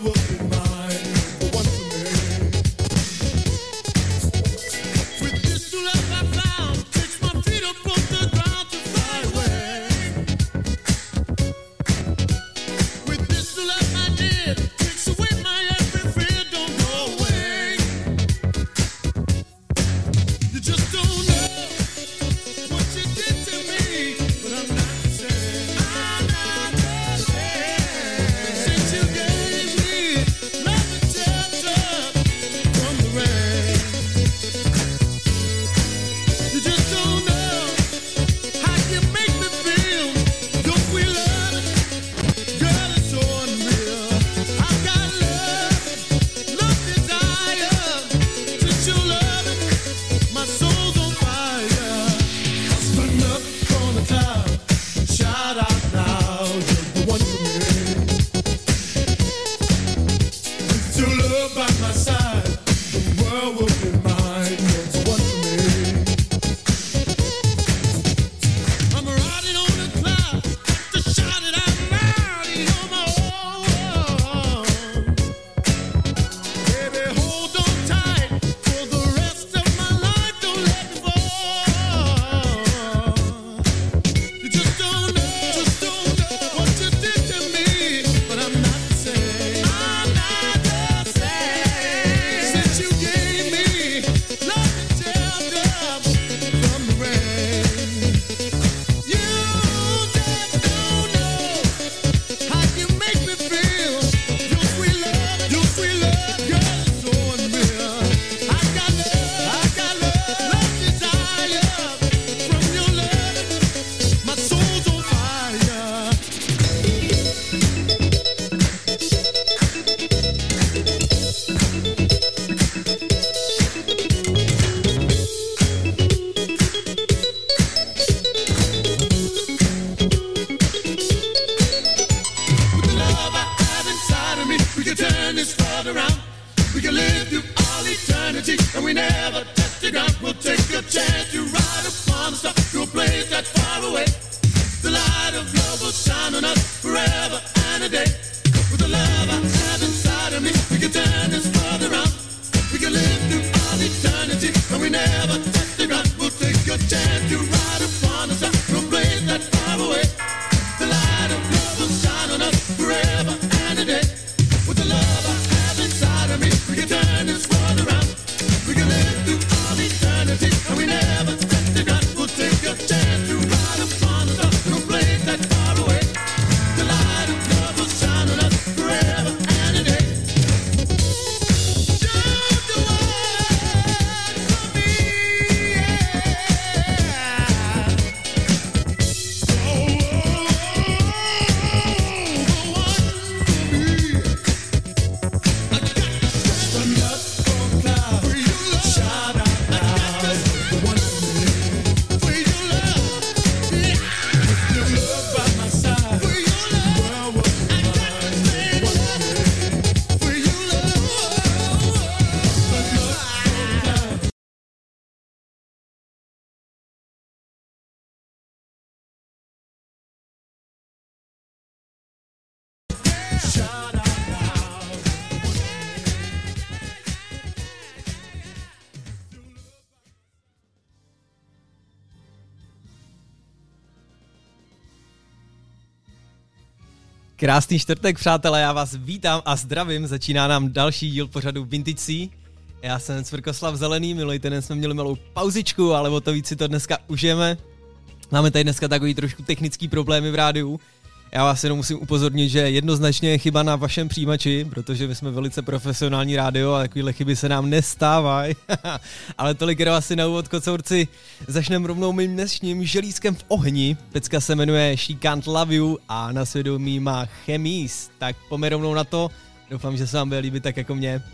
Krásný čtvrtek, přátelé, já vás vítám a zdravím, začíná nám další díl pořadu Vintage C. Já jsem Cvrkoslav Zelený, minulý týden jsme měli malou pauzičku, ale o to víc si to dneska užijeme. Máme tady dneska takový trošku technický problémy v rádiu. Já vás jenom musím upozornit, že jednoznačně je chyba na vašem přijímači, protože my jsme velice profesionální rádio a takovéhle chyby se nám nestávají. Ale tolik jenom asi na úvod, kocourci. Začneme rovnou mým dnešním želízkem v ohni. Pecka se jmenuje She Can't Love You a na svědomí má Chemise. Tak pojďme rovnou na to. Doufám, že se vám bude líbit tak jako mě.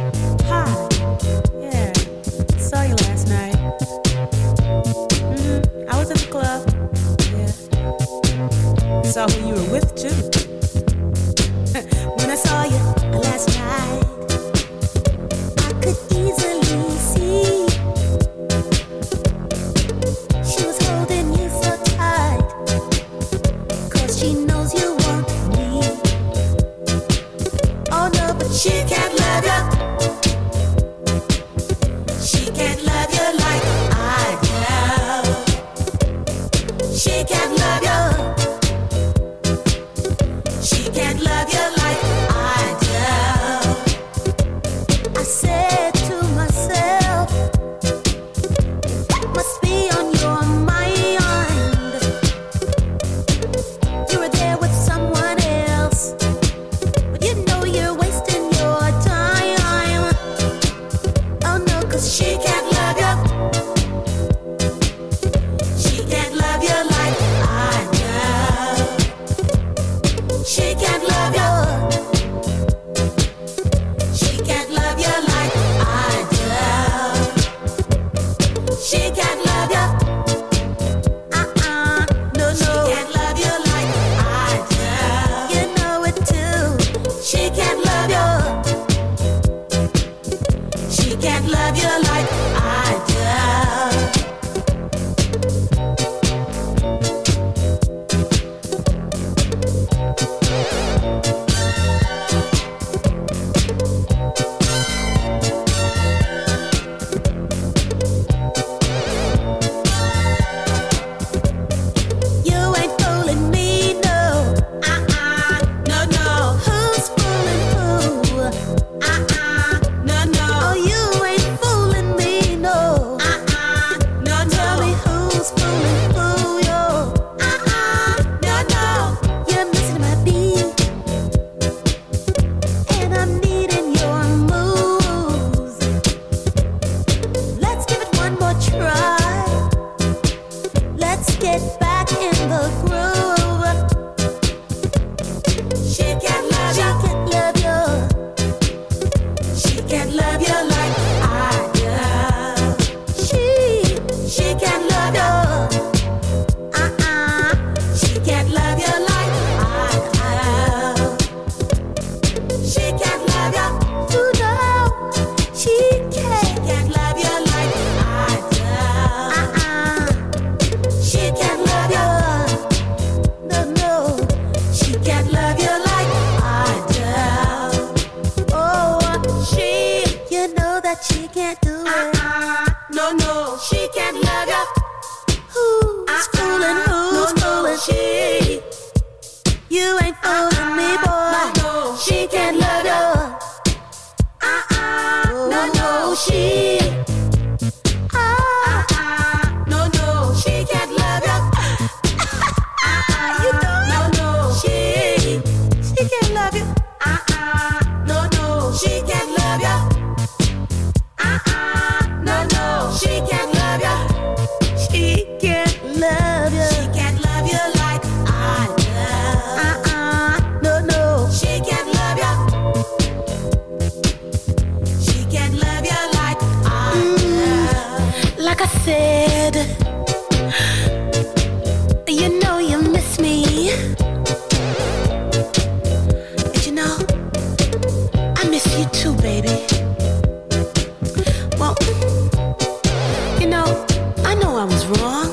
Saw you last night. Mm-hmm. said to myself, must be on your mind. You were there with someone else, but you know you're wasting your time. Oh no, 'cause she can't love you. She can't love you like I do. She can't love you. She can't love you like I do. She can't love you. No, no. She can't love you like I do. You know it too. She can't love you. She can't love you like I do. You ain't fooling me, no. No, no. Who's fooling who? No, no. Oh, you ain't fooling me, no. No, no. Tell me who's fooling who, yo. No, no. You're missing my beat, and I'm needing your moves. Let's give it one more try. Let's get back in the groove. She can't love you. She can't love you like I do. She can't love you. She can't love you like I do. She can't love you. You know she can't love you like I do. She can't love you. No, no. She can't love you like I do. Oh, you know that she can't do it. No, no. She can't love you. Who's fooling? Who's fooling? You ain't fooling me, boy. No, she can't love you. No, no. No, no. She can't love you. You know it. No, no. She can't love you. No, no. She can't love you. No, no. She can't love you. She can't love you. She can't love you like I do. No, no. She can't love you. She can't love you like I do. Like I said, you know you miss me. And you know, I miss you too, baby. Well, you know I was wrong.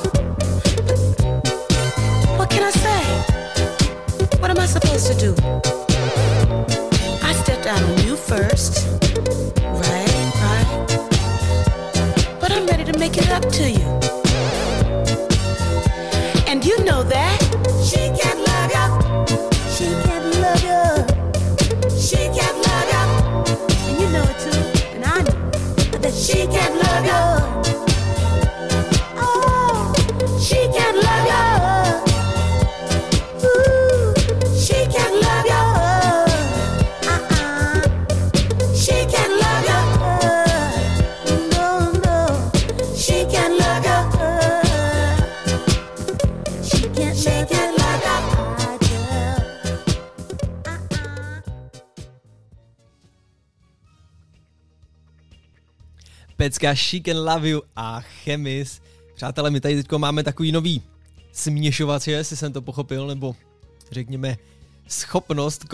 What can I say? What am I supposed to do? I stepped out on you first. Right. But I'm ready to make it up to you. And you know that she can't love you. She can't love you. She can't love you. And you know it too. And I know that she can't love you. Oh, she can't love you. Ooh, she can't love you. She can't love you. No, no. She can't love you. She can't love you. Pecka She Can Love You a Chemis. Přátelé, my tady teďko máme takový nový směšovač, jestli jsem to pochopil, nebo řekněme schopnost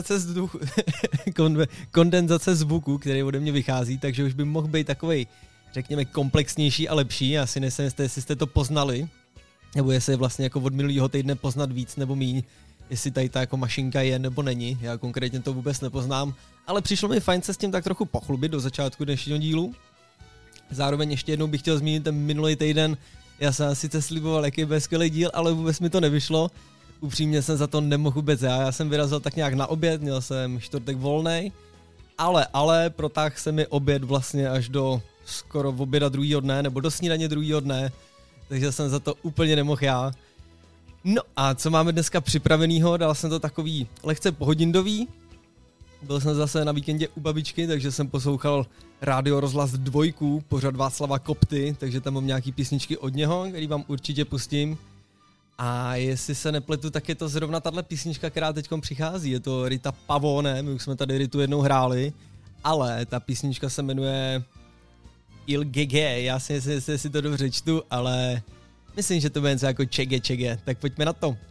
kondenzace zvuku, který ode mě vychází, takže už by mohl být takovej, řekněme, komplexnější a lepší. Já si nejsem jistý, jestli jste to poznali, nebo jestli je vlastně jako od minulého týdne poznat víc nebo míň, jestli tady ta jako mašinka je nebo není. Já konkrétně to vůbec nepoznám, ale přišlo mi fajn se s tím tak trochu pochlubit do začátku dnešního dílu. Zároveň ještě jednou bych chtěl zmínit ten minulý týden. Já jsem sice sliboval, jaký byl skvělý díl, ale vůbec mi to nevyšlo. Upřímně jsem za to nemohl vůbec já jsem vyrazil tak nějak na oběd, měl jsem čtvrtek volnej ale protáhl se mi oběd vlastně až do skoro oběda druhýho dne, nebo do snídaně druhýho dne, takže jsem za to úplně nemohl já. No a co máme dneska připravenýho, dal jsem to takový lehce pohodindový. Byl jsem zase na víkendě u babičky, takže jsem poslouchal Rádio Rozhlas 2, pořad Václava Kopty, takže tam mám nějaký písničky od něho, který vám určitě pustím. A jestli se nepletu, tak je to zrovna tahle písnička, která teďkom přichází. Je to Rita Pavone, my už jsme tady Ritu jednou hráli, ale ta písnička se jmenuje Il Gege, já si myslím, jestli si to dobře čtu, ale myslím, že to bude něco jako Čege Čege, tak pojďme na to.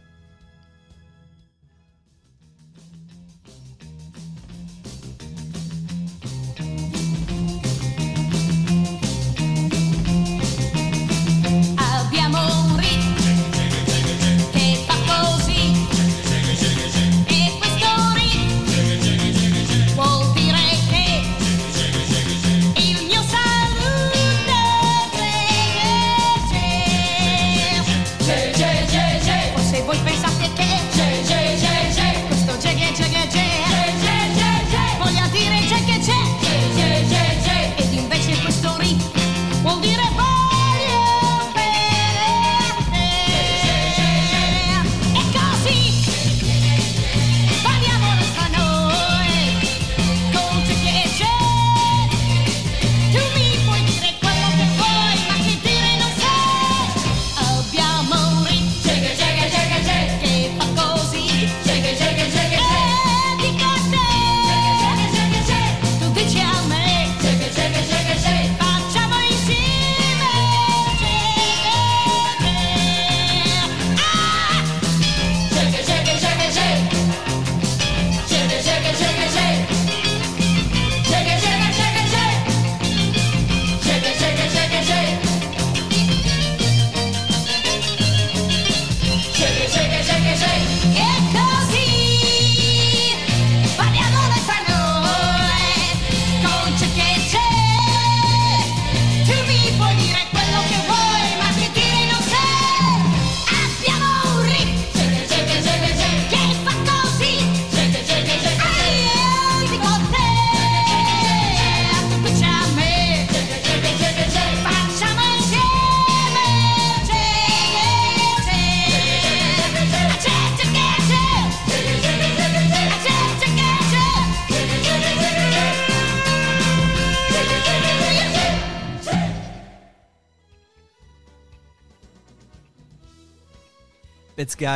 Pecka,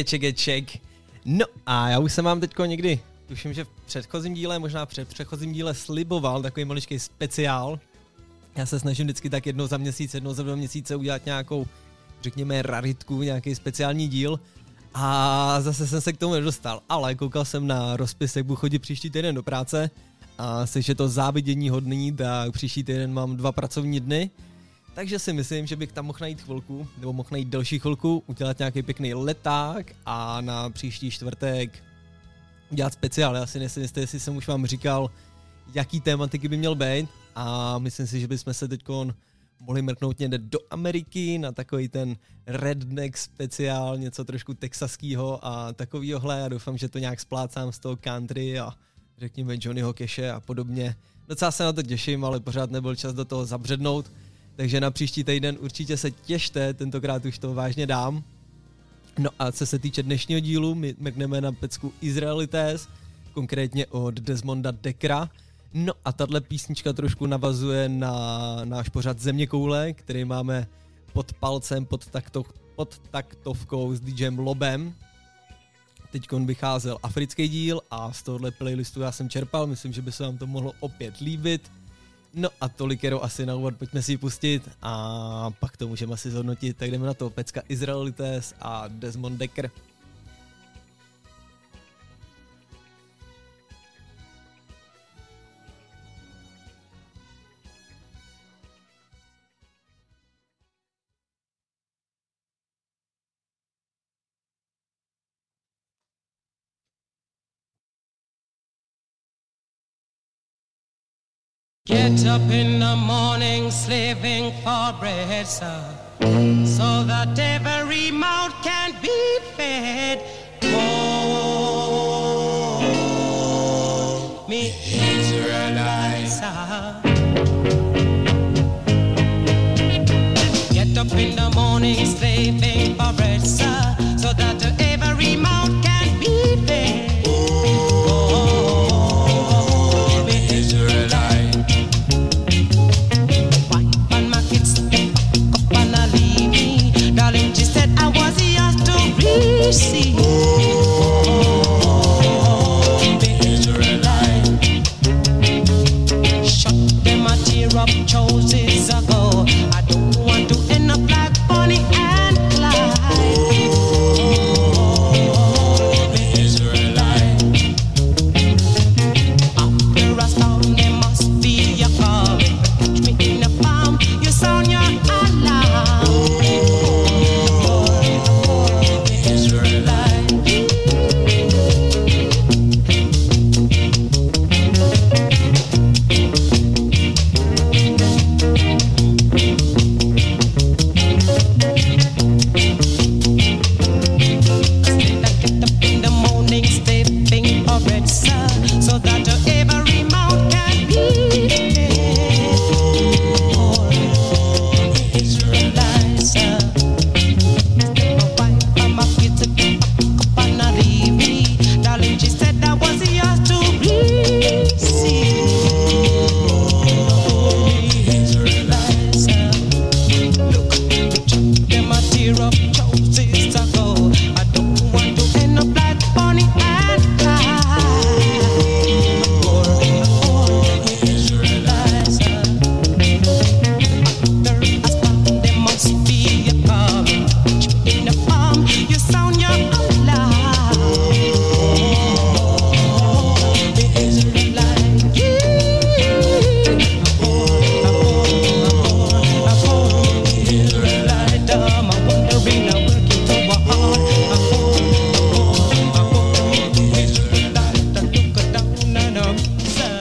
ček. No a já už jsem vám teďko někdy, tuším, že v předchozím díle, možná předchozím díle sliboval takový maličký speciál. Já se snažím vždycky tak jednou za měsíc, jednou za 2 měsíce udělat nějakou, řekněme, raritku, nějaký speciální díl. A zase jsem se k tomu nedostal, ale koukal jsem na rozpis, jak budu chodit příští týden do práce. A když je to závidění hodný, tak příští týden mám 2 pracovní dny. Takže si myslím, že bych tam mohl najít chvilku, nebo mohl najít delší chvilku, udělat nějaký pěkný leták a na příští čtvrtek dělat speciál. Já si nejsem jistý, jestli jsem už vám říkal, jaký tématiky by měl být, a myslím si, že bychom se teďkon mohli mrknout někde do Ameriky na takový ten redneck speciál, něco trošku texaskýho a takovýhohle. A doufám, že to nějak splácám z toho country a řekněme Johnnyho Cashe a podobně. Docela se na to těším, ale pořád nebyl čas do toho zabřednout. Takže na příští týden určitě se těšte, tentokrát už to vážně dám. No a co se týče dnešního dílu, my mrkneme na pecku Israelites, konkrétně od Desmonda Deckera. No a tahle písnička trošku navazuje na náš pořad Zeměkoule, který máme pod palcem, pod taktovkou s DJem Lobem. Teďkon vycházel africký díl a z tohohle playlistu já jsem čerpal, myslím, že by se vám to mohlo opět líbit. No a tolik jenom asi na úvod, pojďme si ji pustit a pak to můžeme asi zhodnotit, tak jdeme na to. Pecka Israelites a Desmond Decker. Get up in the morning, slaving for bread, sir, so that every mouth can be fed. Oh, me Israel. Get up in the morning, slaving for bread, sir, so that every mouth can be fed. Oh, be Israelite. Wife and my kids, they fuck up and I leave me. Darling, she said I was yours to receive. Oh, be Israelite. Shut them a tear up choices ago. I don't want to end up like Bonnie and Clyde. Oh, be Israelite. After a storm, there must be a calm. Catch me in the palm, you sound your alarm. Oh, be Israelite. Get up in the morning, stepping for bread, sir, so that every mouth can be fed. Oh, Israelites, sir. My wife and my kids to pick up and I leave me. Darling, she said I was yours to receive. Oh, Israelites, sir. Look, them a tear up choices ago. I don't want to end up like Bonnie and Clyde. Oh, Israelites, sir. After a storm, there must be a calm. Catch me in the palm, you sound your alarm. Oh, the Israelites. Israelite, I'm wondering, I'm working so hard. Israelite, look down and up, sir.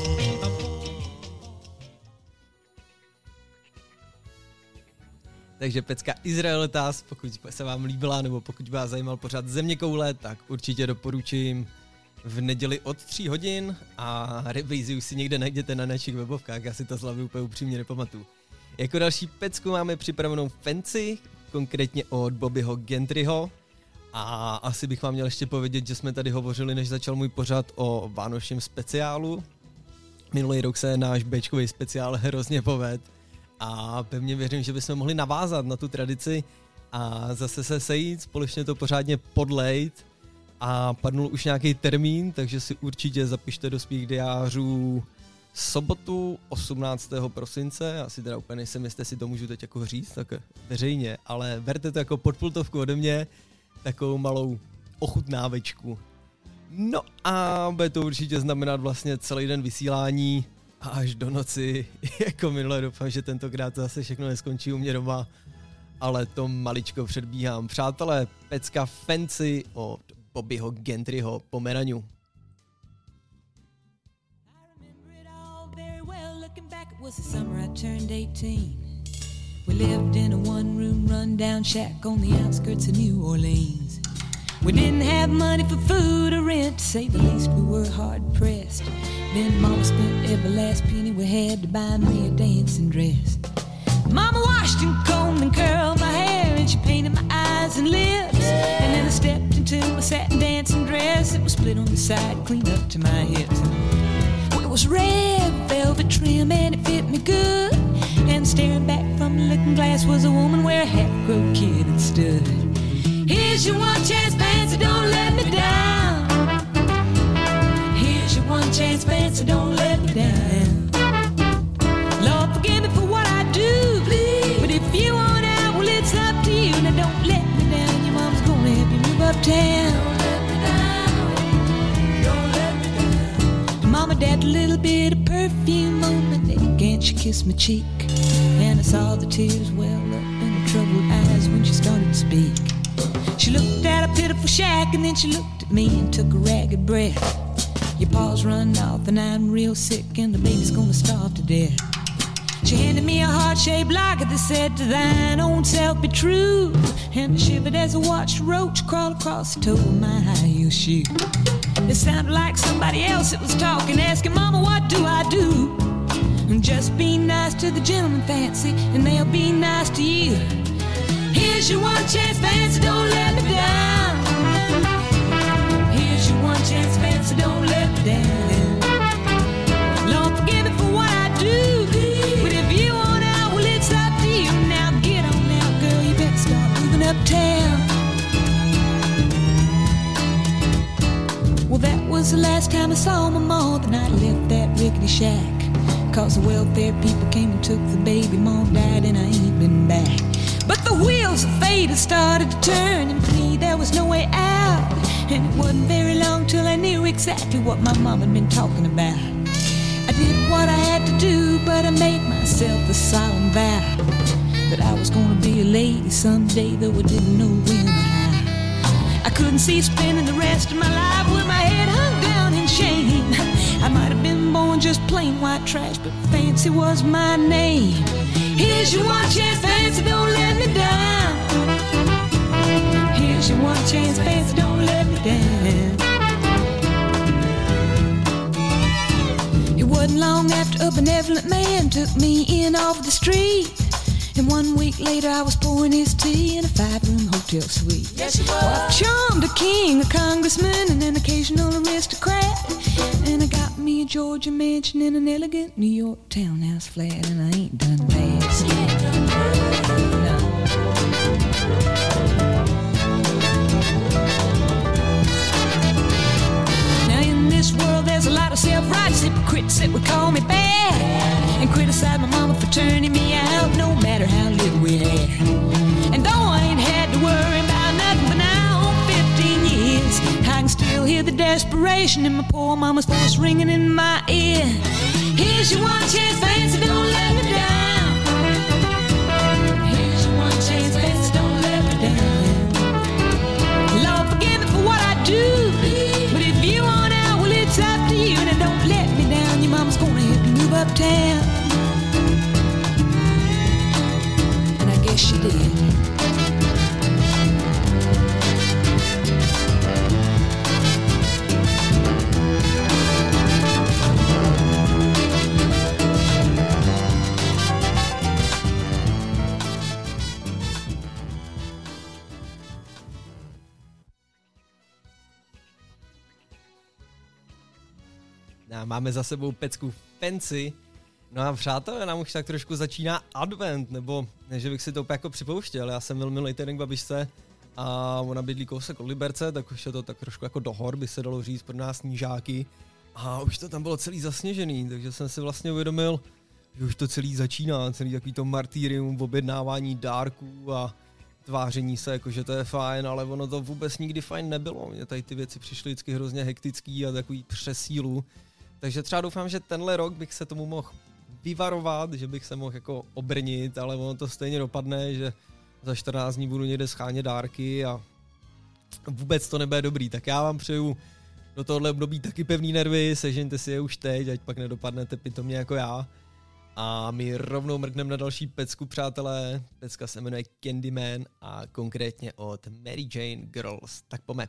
Takže pecka Izraelitas, pokud se vám líbila nebo pokud vás zajímal pořád Zeměkoule, tak určitě doporučím v neděli od 3 hodin a reprízy už si někde najděte na našich webovkách, já si to z hlavy úplně upřímně nepamatuju. Jako další pecku máme připravenou Fancy, konkrétně od Bobbyho Gentryho a asi bych vám měl ještě povědět, že jsme tady hovořili, než začal můj pořad o vánočním speciálu. Minulý rok se náš béčkový speciál hrozně povedl a pevně věřím, že bychom mohli navázat na tu tradici a zase se sejít, společně to pořádně podlejt a padnul už nějaký termín, takže si určitě zapište do svých diářů sobotu 18. prosince, já si teda úplně nejsem, jestli si to můžu teď jako říct, tak veřejně, ale berte to jako podpultovku ode mě, takovou malou ochutnávečku. No a bude to určitě znamenat vlastně celý den vysílání a až do noci, jako minule, doufám, že tentokrát zase všechno neskončí u mě doma, ale to maličko předbíhám. Přátelé, pecka Fancy od Bobbyho Gentryho Pomeraniu. It was the summer I turned 18. We lived in a one-room run-down shack on the outskirts of New Orleans. We didn't have money for food or rent, to say the least we were hard-pressed. Then Mama spent every last penny we had to buy me a dancing dress. Mama washed and combed and curled my hair, and she painted my eyes and lips. And then I stepped into a satin dancing dress. It was split on the side, clean up to my hips. It was red velvet trim and it fit me good. And staring back from the looking glass was a woman where a half-grown kid had stood. Here's your one chance, Fancy, don't let me down. Here's your one chance, Fancy, don't let me down. Lord, forgive me for what I do, please. But if you want out, well, it's up to you. Now don't let me down, your mom's gonna help you move uptown. Mama dabbed a little bit of perfume on my neck and she kissed my cheek. And I saw the tears well up in her troubled eyes when she started to speak. She looked at a pitiful shack and then she looked at me and took a ragged breath. Your paws run off and I'm real sick and the baby's gonna starve to death. She handed me a heart-shaped locket that said, to thine own self be true. And I shivered as I watched a roach crawl across the toe of my high-heel shoe. It sounded like somebody else that was talking, asking, Mama, what do I do? Just be nice to the gentleman, Fancy, and they'll be nice to you. Here's your one chance, Fancy, don't let me down. Here's your one chance, Fancy, don't let me down. Lord, forgive me for what I do, but if you want out, well, it's up to you. Now get on now, girl, you better start moving uptown. Well, that was the last time I saw my ma, the night I left that rickety shack. Cause the welfare people came and took the baby, mom died and I ain't been back. But the wheels of fate had started to turn, and for me there was no way out. And it wasn't very long till I knew exactly what my mom had been talking about. I did what I had to do, but I made myself a solemn vow that I was gonna be a lady someday, though I didn't know when or how. I couldn't see spending the rest of my life with my head hung down in shame. I might have been born just plain white trash, but Fancy was my name. Here's your one chance, Fancy, don't let me down. Here's your one chance, Fancy, don't let me down. It wasn't long after a benevolent man took me in off the street. And 1 week later I was pouring his tea in a 5-room hotel suite. Yes, you were. Well, I charmed a king, a congressman, and an occasional aristocrat. And I got me a Georgia mansion in an elegant New York townhouse flat. And I ain't done bad. No. Now in this world there's a lot of self-righteous hypocrites that would call me bad and criticize my mama for turning me out, no matter how little we had. And though I ain't had to worry about nothing but now 15 years, I can still hear the desperation in my poor mama's voice ringing in my ear. Here's your one chance, Fancy, don't let me down. Here's your one chance, Fancy, don't let me down. Lord, forgive me for what I do, but if you want out, well, it's up to you. And don't let me down, your mama's gonna help you move uptown. And I guess she did. Máme za sebou pecku Fancy. No a přátelé, nám už tak trošku začíná advent, nebo ne, že bych si to úplně jako připouštěl. Já jsem byl minulý týden k babičce a ona bydlí kousek od Liberce, tak už je to tak trošku jako do hor, by se dalo říct, pro nás snížáky. A už to tam bylo celý zasněžený, takže jsem si vlastně uvědomil, že už to celý začíná, celý takový to martýrium, objednávání dárků a tváření se, jakože to je fajn, ale ono to vůbec nikdy fajn nebylo. Mně tady ty věci přišly vždycky hrozně hektický a takový přes sílu. Takže třeba doufám, že tenhle rok bych se tomu mohl vyvarovat, že bych se mohl jako obrnit, ale ono to stejně dopadne, že za 14 dní budu někde schánět dárky a vůbec to nebude dobrý. Tak já vám přeju do tohohle období taky pevný nervy, sežeňte si je už teď, ať pak nedopadnete pitomně jako já. A my rovnou mrkneme na další pecku, přátelé. Pecka se jmenuje Candyman a konkrétně od Mary Jane Girls. Tak pojďme.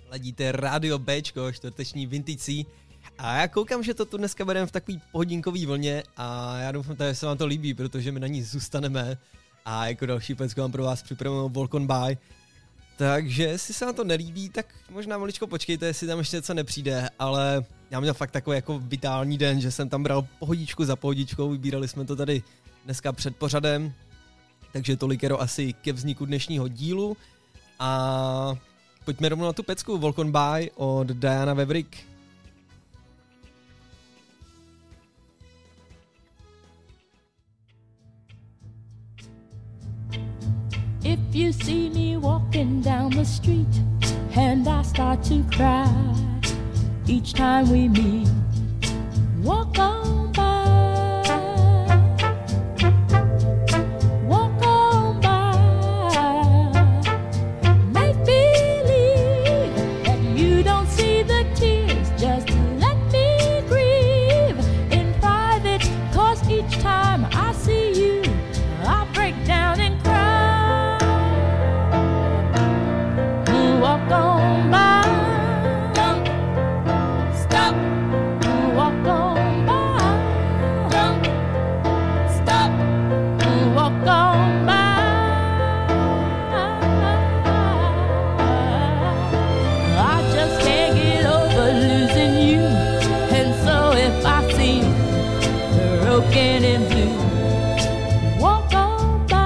Ladíte Rádio Bčko, čtvrteční Vintage C. A já koukám, že to tu dneska budeme v takový pohodinkový vlně a já doufám, že se vám to líbí, protože my na ní zůstaneme. A jako další pecku mám pro vás připravenou Walk on By. Takže jestli se vám to nelíbí, tak možná maličko počkejte, jestli tam ještě něco nepřijde, ale já měl fakt takový jako vitální den, že jsem tam bral pohodičku za pohodičkou, vybírali jsme to tady dneska před pořadem, takže tolikero asi ke vzniku dnešního dílu a pojďme rovnou na tu pecku Walk on By od Diana Veverick. If you see me walking down the street and I start to cry each time we meet, walk on by, walk on by. Make believe that you don't see the tears, just let me grieve in private, 'cause each time I see you I break down and cry. Walk on by, don't stop. Walk on by, don't stop. Walk on by. I just can't get over losing you, and so if I seem broken and blue, walk on by.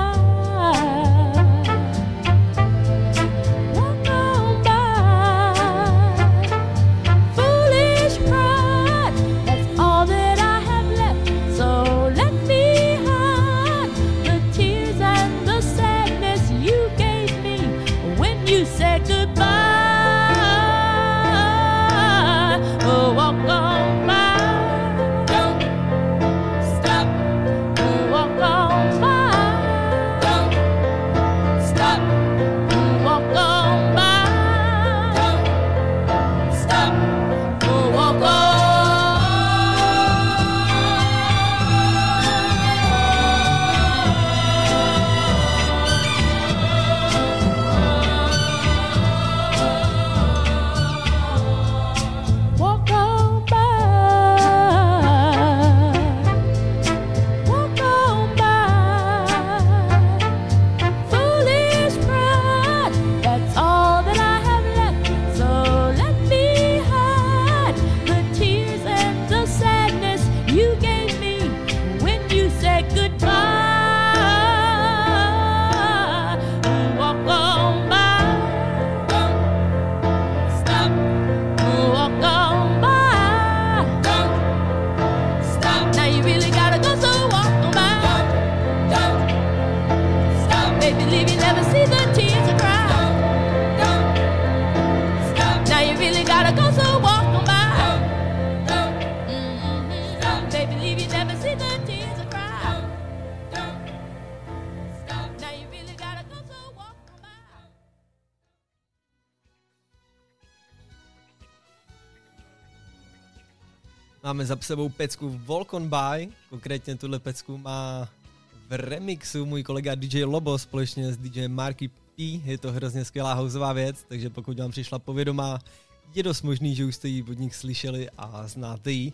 Máme za sebou pecku Walk on By, konkrétně tuhle pecku má v remixu můj kolega DJ Lobo společně s DJ Marky P. Je to hrozně skvělá houseová věc, takže pokud vám přišla povědomá, je dost možný, že už jste ji od nich slyšeli a znáte ji.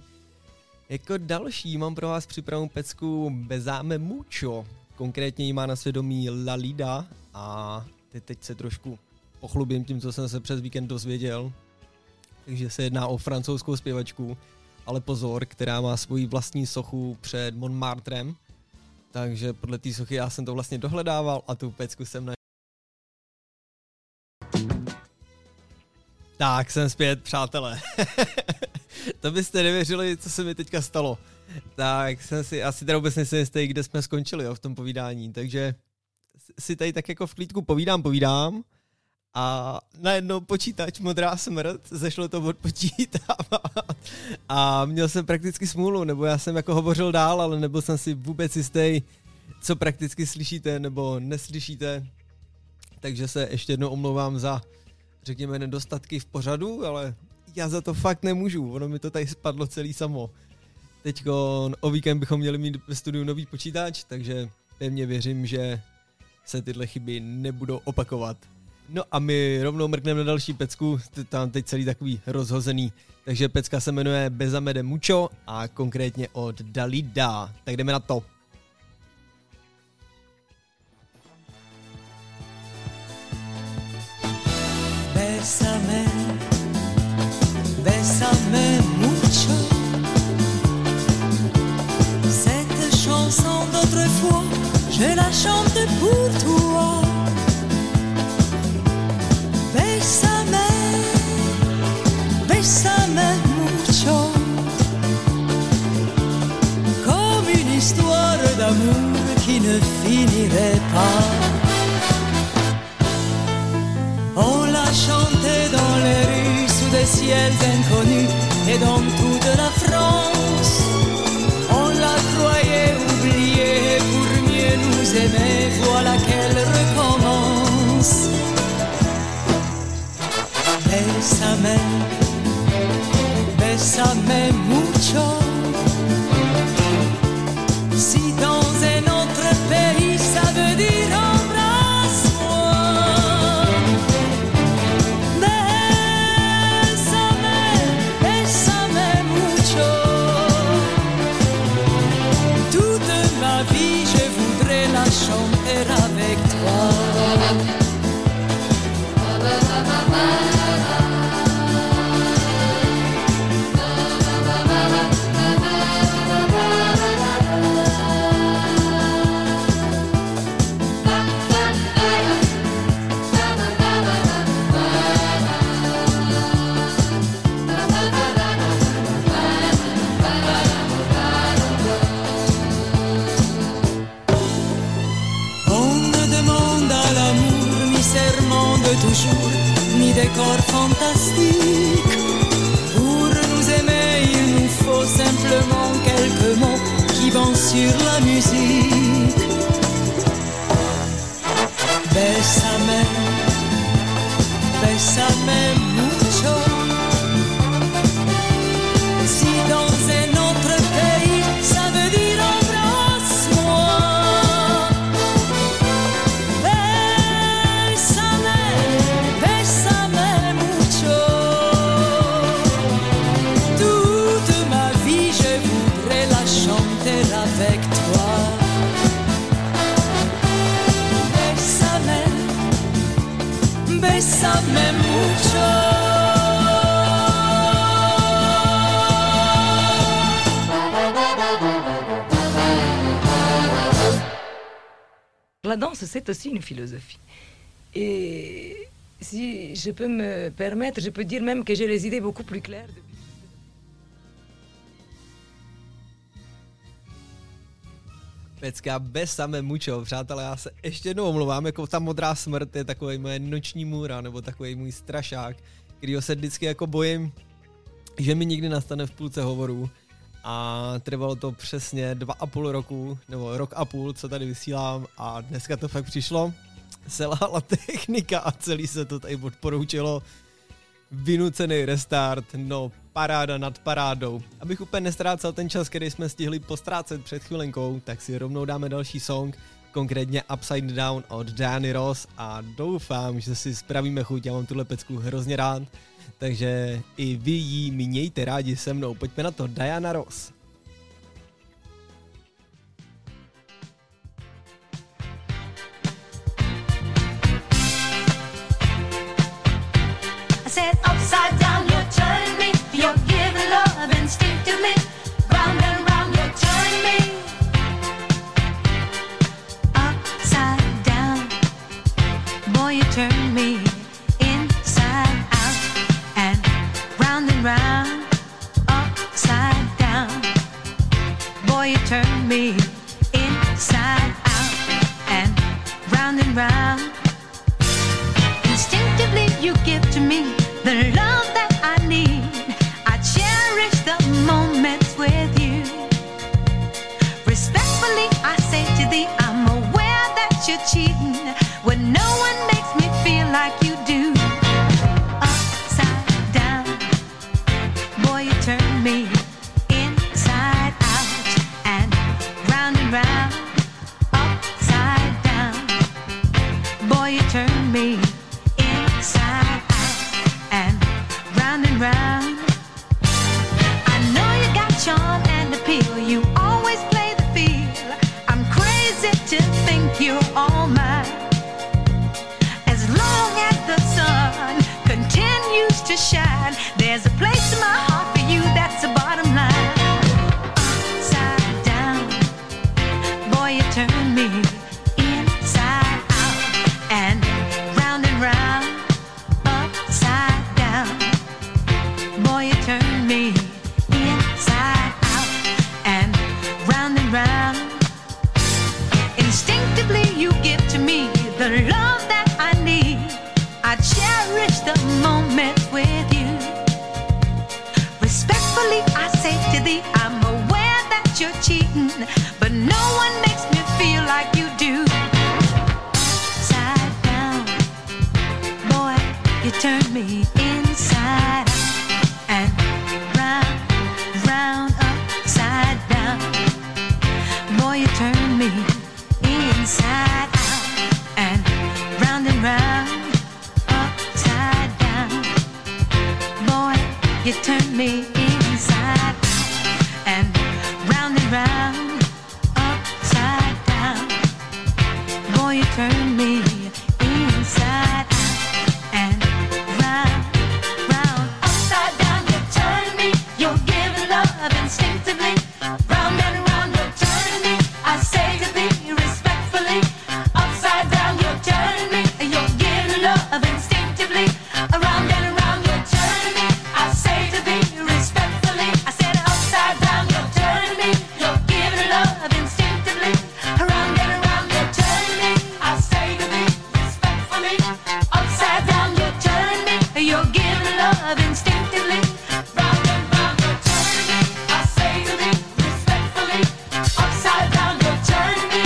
Jako další mám pro vás připravenou pecku Besame Mucho, konkrétně ji má na svědomí La Lida a teď se trošku pochlubím tím, co jsem se přes víkend dozvěděl. Takže se jedná o francouzskou zpěvačku, ale pozor, která má svoji vlastní sochu před Montmartrem. Takže podle té sochy já jsem to vlastně dohledával a tu pecku jsem našel. Tak, jsem zpět, přátelé. To byste nevěřili, co se mi teďka stalo. Tak jsem si asi teda vůbec nejsem jistý, kde jsme skončili v tom povídání. Takže si tady tak jako v klídku povídám. A najednou počítač modrá smrt, zašlo to odpočítávat a měl jsem prakticky smůlu, nebo já jsem jako hovořil dál, ale nebyl jsem si vůbec jistý, co prakticky slyšíte nebo neslyšíte, takže se ještě jednou omlouvám za, řekněme, nedostatky v pořadu, ale já za to fakt nemůžu, ono mi to tady spadlo celý samo. Teďko o víkend bychom měli mít ve studiu nový počítač, takže pevně věřím, že se tyhle chyby nebudou opakovat. No a my rovnou mrkneme na další pecku, tam teď celý takový rozhozený. Takže pecka se jmenuje Bésame de mucho a konkrétně od Dalida. Tak jdeme na to. Bésame, bésame mucho. Cette chanson d'autrefois, je la chante pour toi. Bésame, bésame mucho. Comme une histoire d'amour qui ne finirait pas. On l'a chanté dans les rues sous des ciels inconnus et dans toute la France. On la croyait oubliée pour mieux nous aimer, voilà qu'elle recommence. Bésame, bésame mucho. Si dans un autre pays ça veut dire embrasse-moi. Bésame, bésame mucho. Toute ma vie je voudrais la chanter avec toi. Toujours, ni décor fantastique. Pour nous aimer, il nous faut simplement quelques mots qui vont sur la musique. Bésame, bésame mucho. Si dans un autre pays, ça veut dire embrasse-moi. Avec toi, bésame, bésame mucho. La danse, c'est aussi une philosophie. Et si je peux me permettre, je peux dire même que j'ai les idées beaucoup plus claires. Pecka Bésame mucho, přátelé, já se ještě jednou omlouvám, jako ta modrá smrt je takový moje noční můra, nebo takový můj strašák, kterýho se vždycky jako bojím, že mi někdy nastane v půlce hovoru a trvalo to přesně 2,5 roku, nebo rok a půl, co tady vysílám a dneska to fakt přišlo, selhala technika a celý se to tady odporoučilo, vynucený restart, no paráda nad parádou. Abych úplně nestrácel ten čas, který jsme stihli postrácet před chvilenkou, tak si rovnou dáme další song, konkrétně Upside Down od Diany Ross a doufám, že si spravíme chuť, já mám tuhle pecku hrozně rád, takže i vy ji mějte rádi se mnou, pojďme na to, Diana Ross. Said upside down, you're turning me. You're giving love instinctively. Round and round, you're turning me. Upside down, boy, you turn me inside out and round, upside down. Boy, you turn me inside out and round. Instinctively, you give to me the love that I need. I cherish the moments with you. Respectfully, I say to thee, I'm aware that you're cheating when no one makes me feel like you do. Upside down, boy, you turn me inside out and round, upside down. Boy, you turn me inside. There's a place in my heart for you, that's the bottom line. Upside down, boy, you turn me inside out and round upside down. Boy, you turn me inside out and round. Instinctively you give to me the love that I need. I cherish the moment with you. Respectfully I say to thee, I'm aware that you're cheating, but no one makes me feel like you do. Upside down, boy, you turn me inside out and round upside down. Boy, you turn me inside out and round upside down. Boy, you turn me inside out and round upside down. Boy, you turn me inside out and round upside down. You turn me, you're giving love instinctively. Round and round, you're turning me. I say to thee respectfully, upside down, you're turning me. You're giving love instinctively. Around and around, you're turning me. I say to thee respectfully, I said upside down, you're turning me. You're giving love instinctively. Around and around, you're turning me. I say to thee respectfully, upside down, you're turning me. You're giving love instinctively. Round and round, you're turning me. I say to thee respectfully, upside down, you're turning me.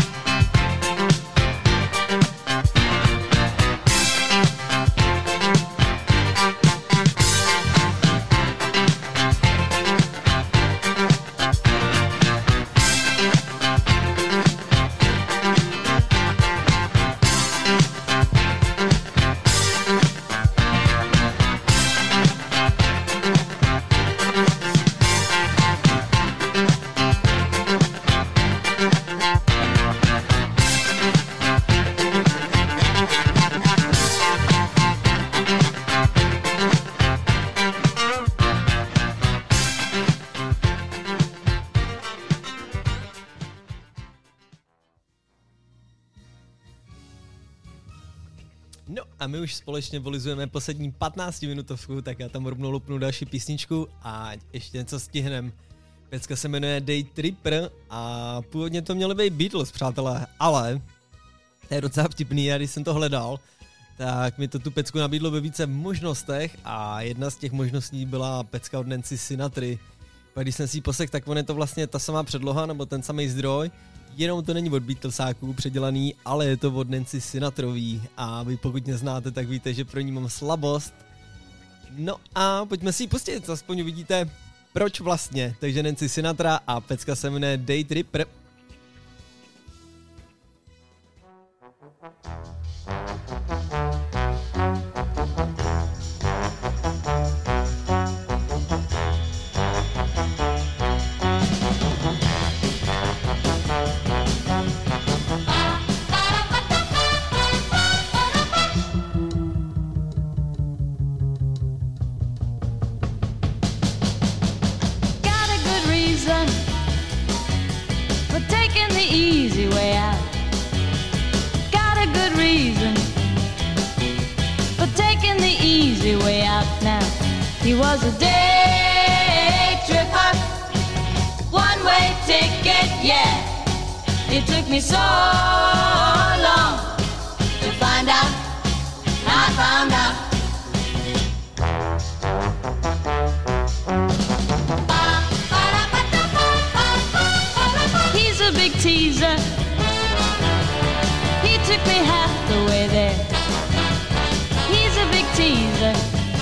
No a my už společně volizujeme poslední 15-minutovku, tak já tam rovnou lupnu další písničku a ještě něco stihnem. Pecka se jmenuje Day Tripper a původně to měly být Beatles, přátelé, ale to je docela vtipný a když jsem to hledal, tak mi to tu pecku nabídlo ve více možnostech a jedna z těch možností byla pecka od Nancy Sinatry. Pak když jsem si ji poslech, tak on je to vlastně ta samá předloha nebo ten samý zdroj, jenom to není od Beatlesáků předělaný, ale je to od Nancy Sinatrový a vy pokud mě znáte, tak víte, že pro ní mám slabost. No a pojďme si ji pustit, aspoň uvidíte proč vlastně. Takže Nancy Sinatra a pecka se jmenuje Day Tripper. He was a day tripper, one-way ticket, yeah. It took me so long to find out, I found out. He's a big teaser, he took me half the way there. He's a big teaser,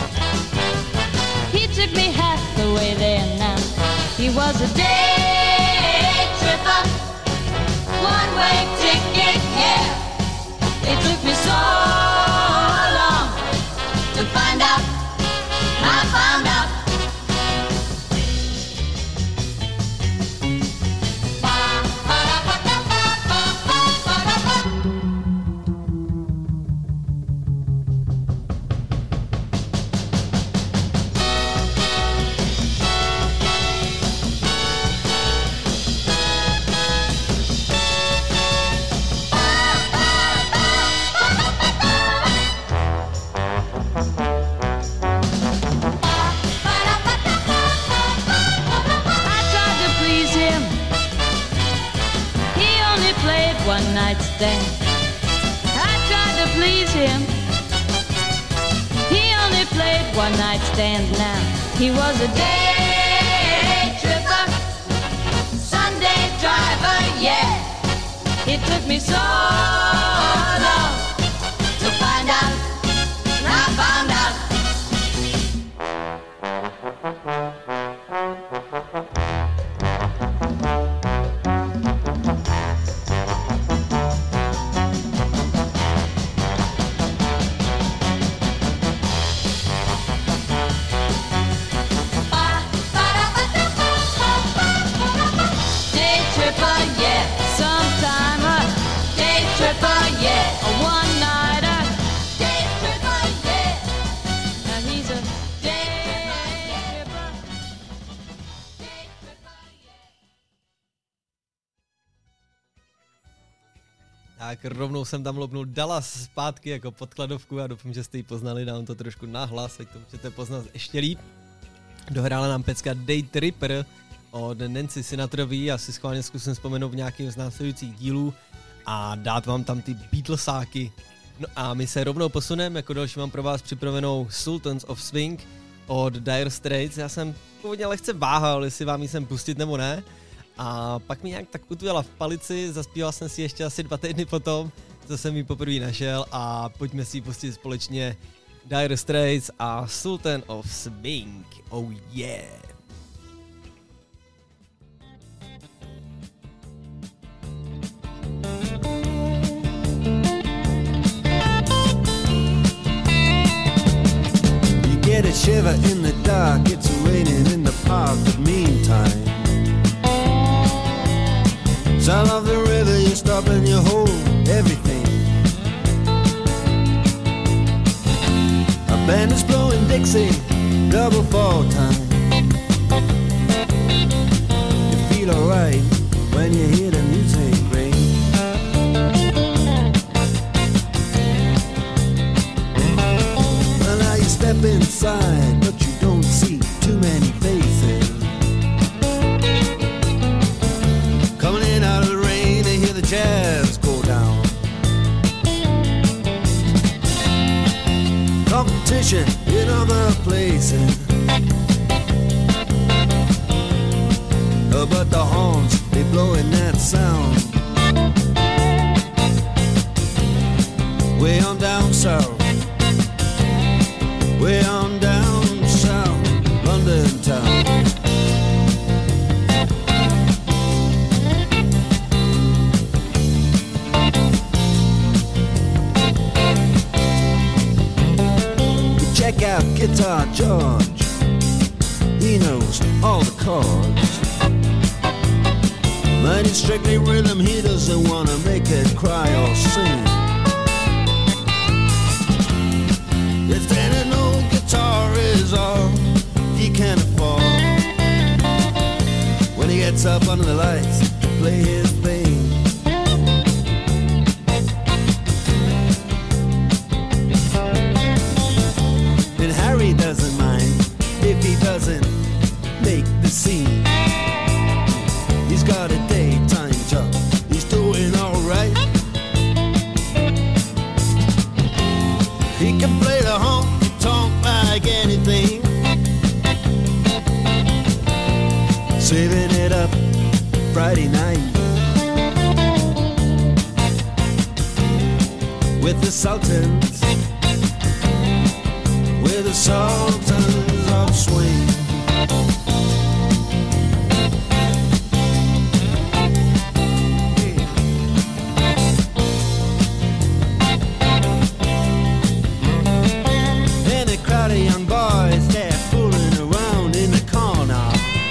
took me half the way there now. He was a day tripper, one-way ticket, yeah. It took me so long to find out, I found out. one night stand. I tried to please him. He only played one night stand now. He was a day tripper, Sunday driver, yeah. It took me so long to find out, and I found out. Day tripper, yeah. Sometime a day tripper, yeah. A one-nighter. Day tripper, yeah. Now he's a day tripper. Day tripper, yeah. Tak rovnou jsem tam lopnul Dallas zpátky jako podkladovku a doufám, že jste ji poznali, dám to trošku nahlas, ať to můžete poznat ještě líp. Dohrála nám pecka Day Tripper od Nancy Sinatrové, já si schválně zkusím vzpomenout v nějakým z následujících dílů a dát vám tam ty Beatlesáky. No a my se rovnou posuneme, jako další mám pro vás připravenou Sultans of Swing od Dire Straits. Já jsem původně lehce váhal, jestli vám ji sem pustit nebo ne. A pak mi nějak tak utvila v palici, zaspíval jsem si ještě asi 2 týdny potom, co jsem ji poprvé našel a pojďme si ji pustit společně Dire Straits a Sultan of Swing. Oh yeah! You get a shiver in the dark, it's raining in the park, but meantime sound of the river, you stop and you hold everything. A band is blowing Dixie, double fall time. You feel alright when you hear the music ring. Well, now you step inside, but you don't see too many faces. Coming in out of the rain, they hear the jazz go down. Competition in other places, but the horns, they blowing that sound. Way on down south, way on down south, London town. Check out Guitar George, he knows all the chords. But it's strictly rhythm, he doesn't wanna make it cry or sing. If then an old guitar is all he can afford, when he gets up under the lights to play his thing. And Harry doesn't mind if he doesn't make the scene. He's got a daytime job, he's doing alright. He can play the honky-tonk like anything, saving it up Friday night with the Sultans, with the Sultans of Swing. Of young boys, they're fooling around in the corner,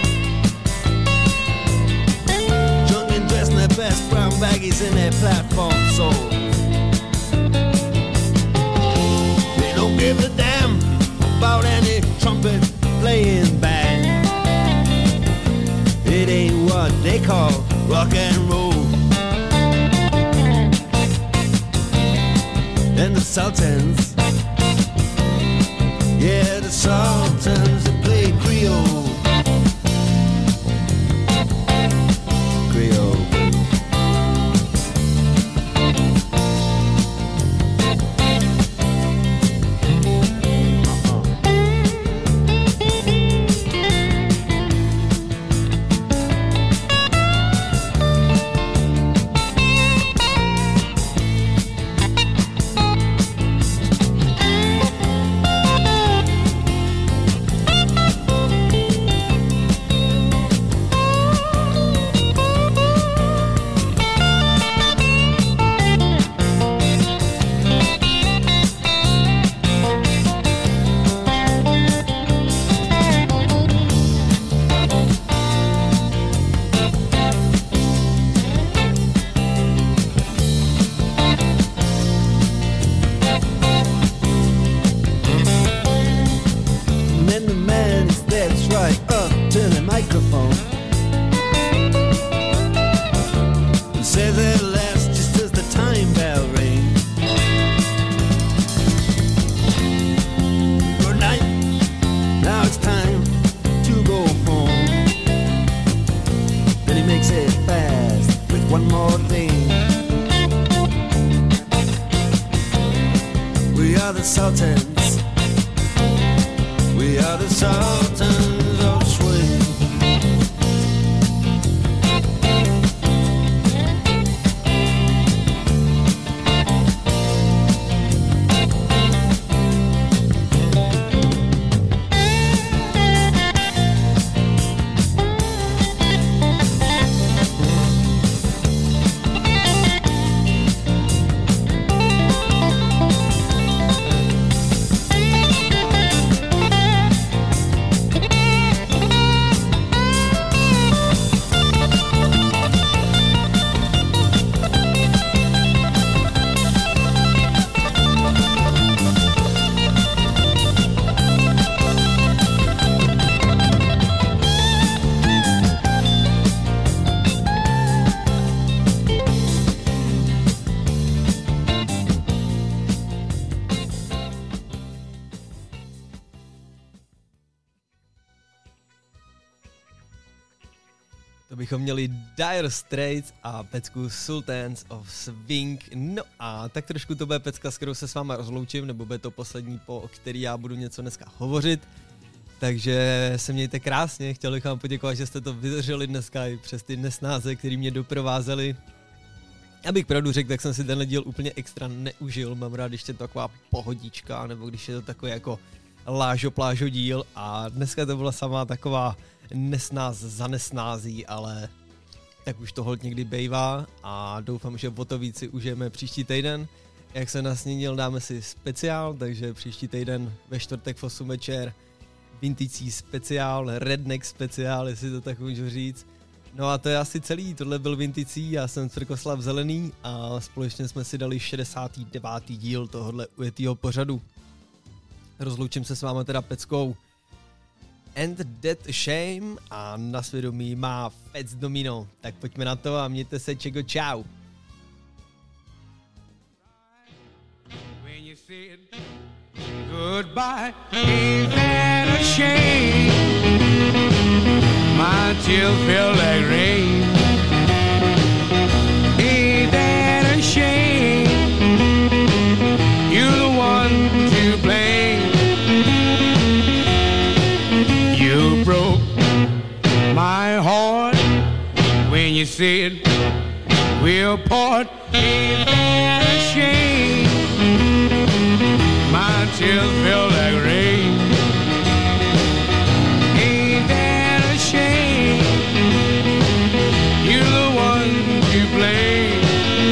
drunk and dressed in their best brown baggies in their platform soles. They don't give a damn about any trumpet playing band. It ain't what they call rock and roll. And the Sultans, yeah, the Sultans that play Creole. Creole. say their last just as the time bell rings. Good night, now it's time to go home. Then he makes it fast with one more thing. We are the Sultans. We are the Sultans of Swing. To bychom měli Dire Straits a pecku Sultans of Swing. No a tak trošku to bude pecka, s kterou se s váma rozloučím, nebo bude to poslední, po který já budu něco dneska hovořit. Takže se mějte krásně, chtěl bych vám poděkovat, že jste to vydrželi dneska i přes ty nesnáze, který mě doprovázely. Abych pravdu řekl, tak jsem si tenhle díl úplně extra neužil, mám rád, když je to taková pohodička, nebo když je to takový jako lážo-plážo díl a dneska to byla samá taková nesnáz za nesnází, ale tak už to holt někdy bejvá a doufám, že o to víc si užijeme příští týden. Jak se nasnil, dáme si speciál, takže příští týden ve čtvrtek v 8 večer Vintage speciál, Redneck speciál, jestli to tak můžu říct. No a to je asi celý, tohle byl Vintage, já jsem Cvrkoslav Zelený a společně jsme si dali 69. díl tohohle ujetýho pořadu. Rozloučím se s váma teda peckou And That Shame a na svědomí má Fats Domino. Tak pojďme na to a mějte se, čego, čau. When you said goodbye, ain't that a shame? My tears feel like rain. Ain't that a shame? You're the one to blame. You broke my heart when you said we'll part. Ain't that a shame? My tears feel like rain. Ain't that a shame? You're the one to blame.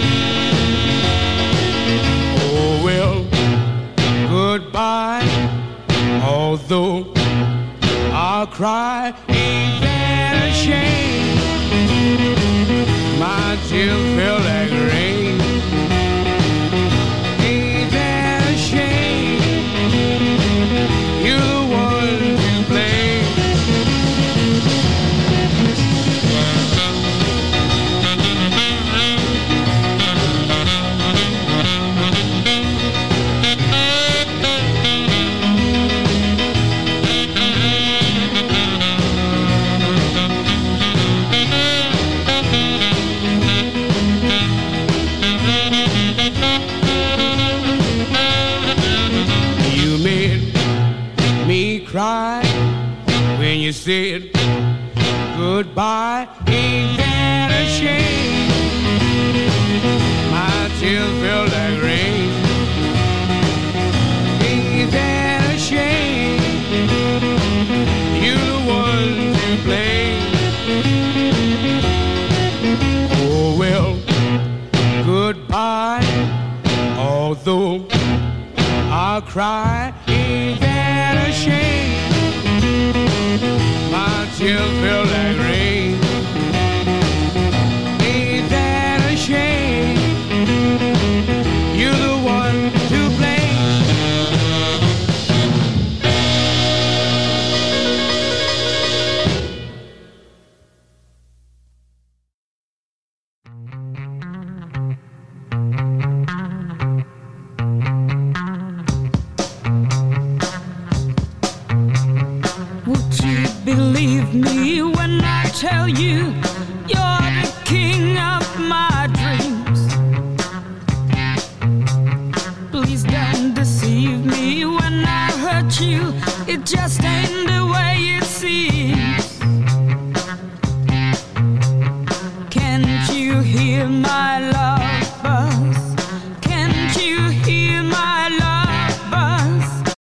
Oh well, goodbye. Although I'll cry, ain't that a shame? My tears feel like rain. Ain't that a shame? You're the one to blame. Cry when you said goodbye. Ain't that a shame? My tears feel like rain. Ain't that a shame? You're the one to blame. Oh well, goodbye. Although I'll cry, ain't that a shame? My tears feel like rain. Ain't that a shame? You're the one to blame. hear my love buzz? Can't you hear my love buzz?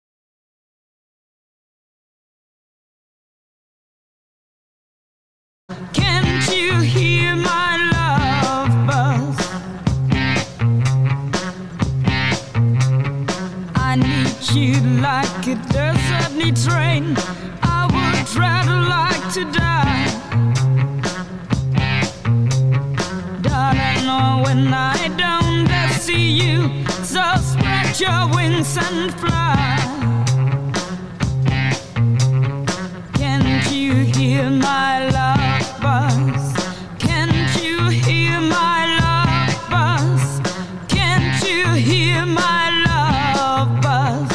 Can't you hear my love buzz? I need you like a desert need train. I would rather like to die. Darling, oh, when I don't dare see you, so spread your wings and fly. Can't you hear my love buzz? Can't you hear my love buzz? Can't you hear my love buzz?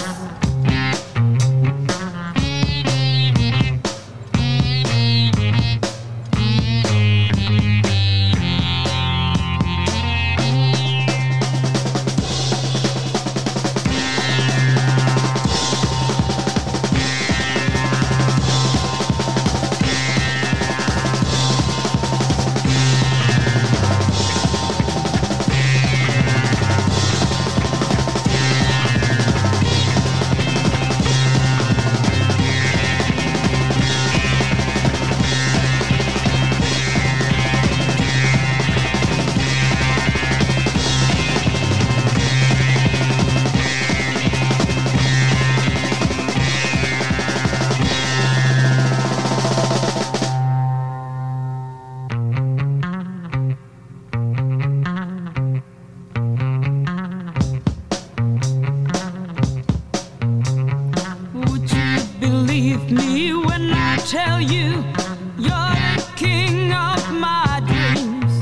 Would you believe me when I tell you you're the king of my dreams?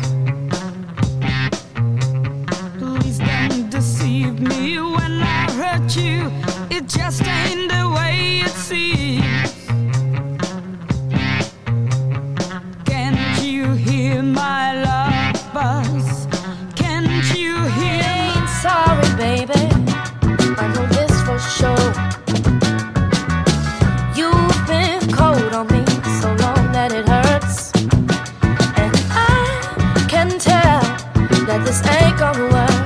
Please don't deceive me when I hurt you. It just ain't the way it seems. Can't you hear my love buzz? Can't you hear I ain't sorry, baby. I know this for sure. You've been cold on me so long that it hurts, and I can tell that this ain't gonna work.